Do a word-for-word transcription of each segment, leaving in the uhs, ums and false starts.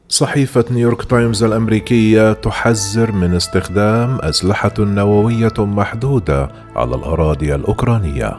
صحيفة نيويورك تايمز الأمريكية تحذر من استخدام أسلحة نووية محدودة على الأراضي الأوكرانية.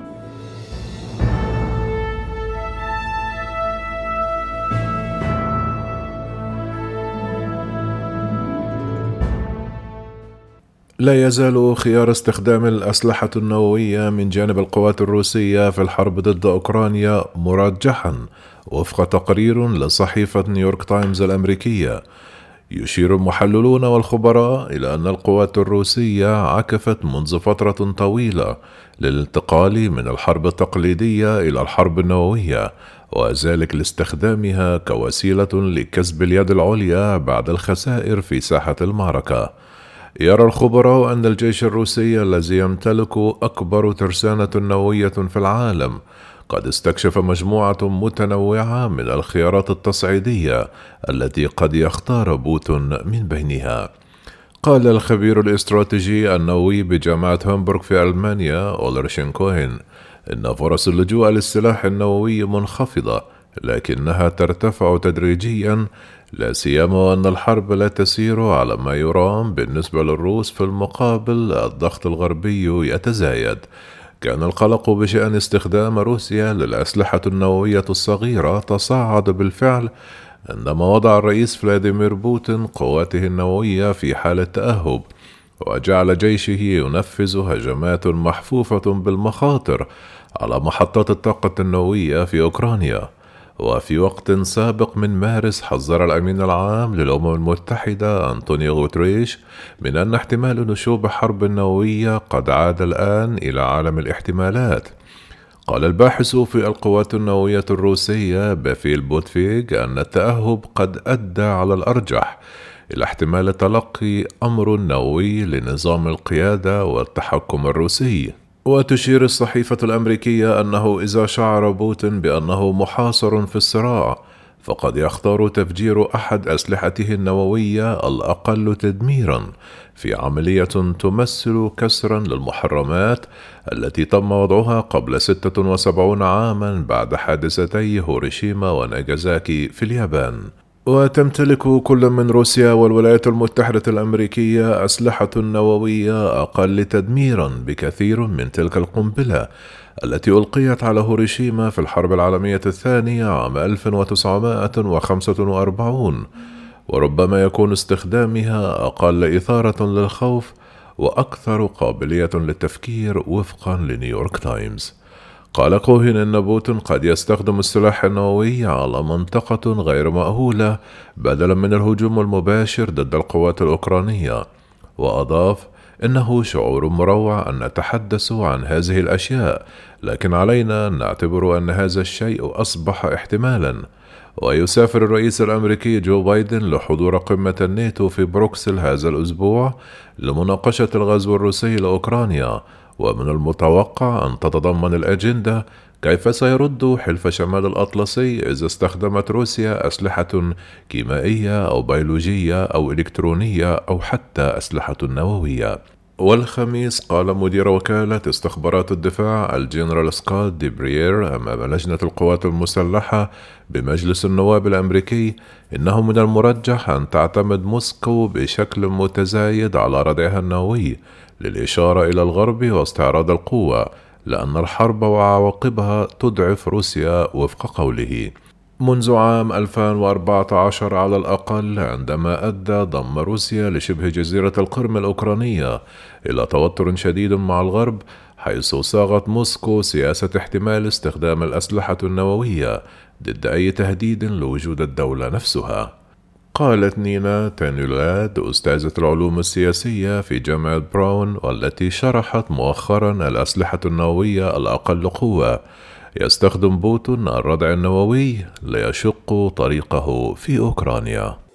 لا يزال خيار استخدام الأسلحة النووية من جانب القوات الروسية في الحرب ضد أوكرانيا مرجحًا وفق تقرير لصحيفة نيويورك تايمز الأمريكية. يشير المحللون والخبراء إلى أن القوات الروسية عكفت منذ فترة طويلة للانتقال من الحرب التقليدية إلى الحرب النووية، وذلك لاستخدامها كوسيلة لكسب اليد العليا بعد الخسائر في ساحة المعركة. يرى الخبراء أن الجيش الروسي الذي يمتلك أكبر ترسانة نووية في العالم قد استكشف مجموعة متنوعة من الخيارات التصعيدية التي قد يختار بوتين من بينها. قال الخبير الاستراتيجي النووي بجامعة هامبورغ في ألمانيا أولرشين كوهن إن فرص اللجوء للسلاح النووي منخفضة، لكنها ترتفع تدريجيا، لا سيما وأن الحرب لا تسير على ما يرام بالنسبة للروس، في المقابل الضغط الغربي يتزايد. كان القلق بشأن استخدام روسيا للأسلحة النووية الصغيرة تصاعد بالفعل عندما وضع الرئيس فلاديمير بوتين قواته النووية في حالة تأهب، وجعل جيشه ينفذ هجمات محفوفة بالمخاطر على محطات الطاقة النووية في أوكرانيا. وفي وقت سابق من مارس حذر الأمين العام للأمم المتحدة أنطونيو غوتريش من أن احتمال نشوب حرب نووية قد عاد الآن إلى عالم الاحتمالات. قال الباحث في القوات النووية الروسية بافيل بوتفيغ أن التأهب قد أدى على الأرجح إلى احتمال تلقي أمر نووي لنظام القيادة والتحكم الروسي. وتشير الصحيفة الأمريكية أنه إذا شعر بوتين بأنه محاصر في الصراع فقد يختار تفجير أحد أسلحته النووية الأقل تدميرًا في عملية تمثل كسرًا للمحرمات التي تم وضعها قبل ستة وسبعين عامًا بعد حادثتي هيروشيما وناغازاكي في اليابان. وتمتلك كل من روسيا والولايات المتحدة الأمريكية أسلحة نووية أقل تدميرًا بكثير من تلك القنبلة التي ألقيت على هيروشيما في الحرب العالمية الثانية عام ألف وتسعمائة وخمسة وأربعين، وربما يكون استخدامها أقل إثارة للخوف وأكثر قابلية للتفكير وفقًا لنيويورك تايمز. قال كوهن إن بوتين قد يستخدم السلاح النووي على منطقة غير مأهولة بدلا من الهجوم المباشر ضد القوات الأوكرانية، وأضاف: إنه شعور مروع أن نتحدث عن هذه الأشياء، لكن علينا أن نعتبر أن هذا الشيء أصبح احتمالا. ويسافر الرئيس الأمريكي جو بايدن لحضور قمة الناتو في بروكسل هذا الأسبوع لمناقشة الغزو الروسي لأوكرانيا، ومن المتوقع أن تتضمن الأجندة كيف سيرد حلف شمال الأطلسي إذا استخدمت روسيا أسلحة كيميائية أو بيولوجية أو إلكترونية أو حتى أسلحة نووية. والخميس قال مدير وكالة استخبارات الدفاع الجنرال سكوت دي بريير أمام لجنة القوات المسلحة بمجلس النواب الأمريكي إنه من المرجح أن تعتمد موسكو بشكل متزايد على ردعها النووي للإشارة إلى الغرب واستعراض القوة، لأن الحرب وعواقبها تضعف روسيا وفق قوله. منذ عام ألفين وأربعة عشر على الأقل، عندما أدى ضم روسيا لشبه جزيرة القرم الأوكرانية إلى توتر شديد مع الغرب، حيث صاغت موسكو سياسة احتمال استخدام الأسلحة النووية ضد أي تهديد لوجود الدولة نفسها. قالت نينا تانيولاد أستاذة العلوم السياسية في جامعة براون، والتي شرحت مؤخرا الأسلحة النووية الأقل قوة، يستخدم بوتين الردع النووي ليشق طريقه في أوكرانيا.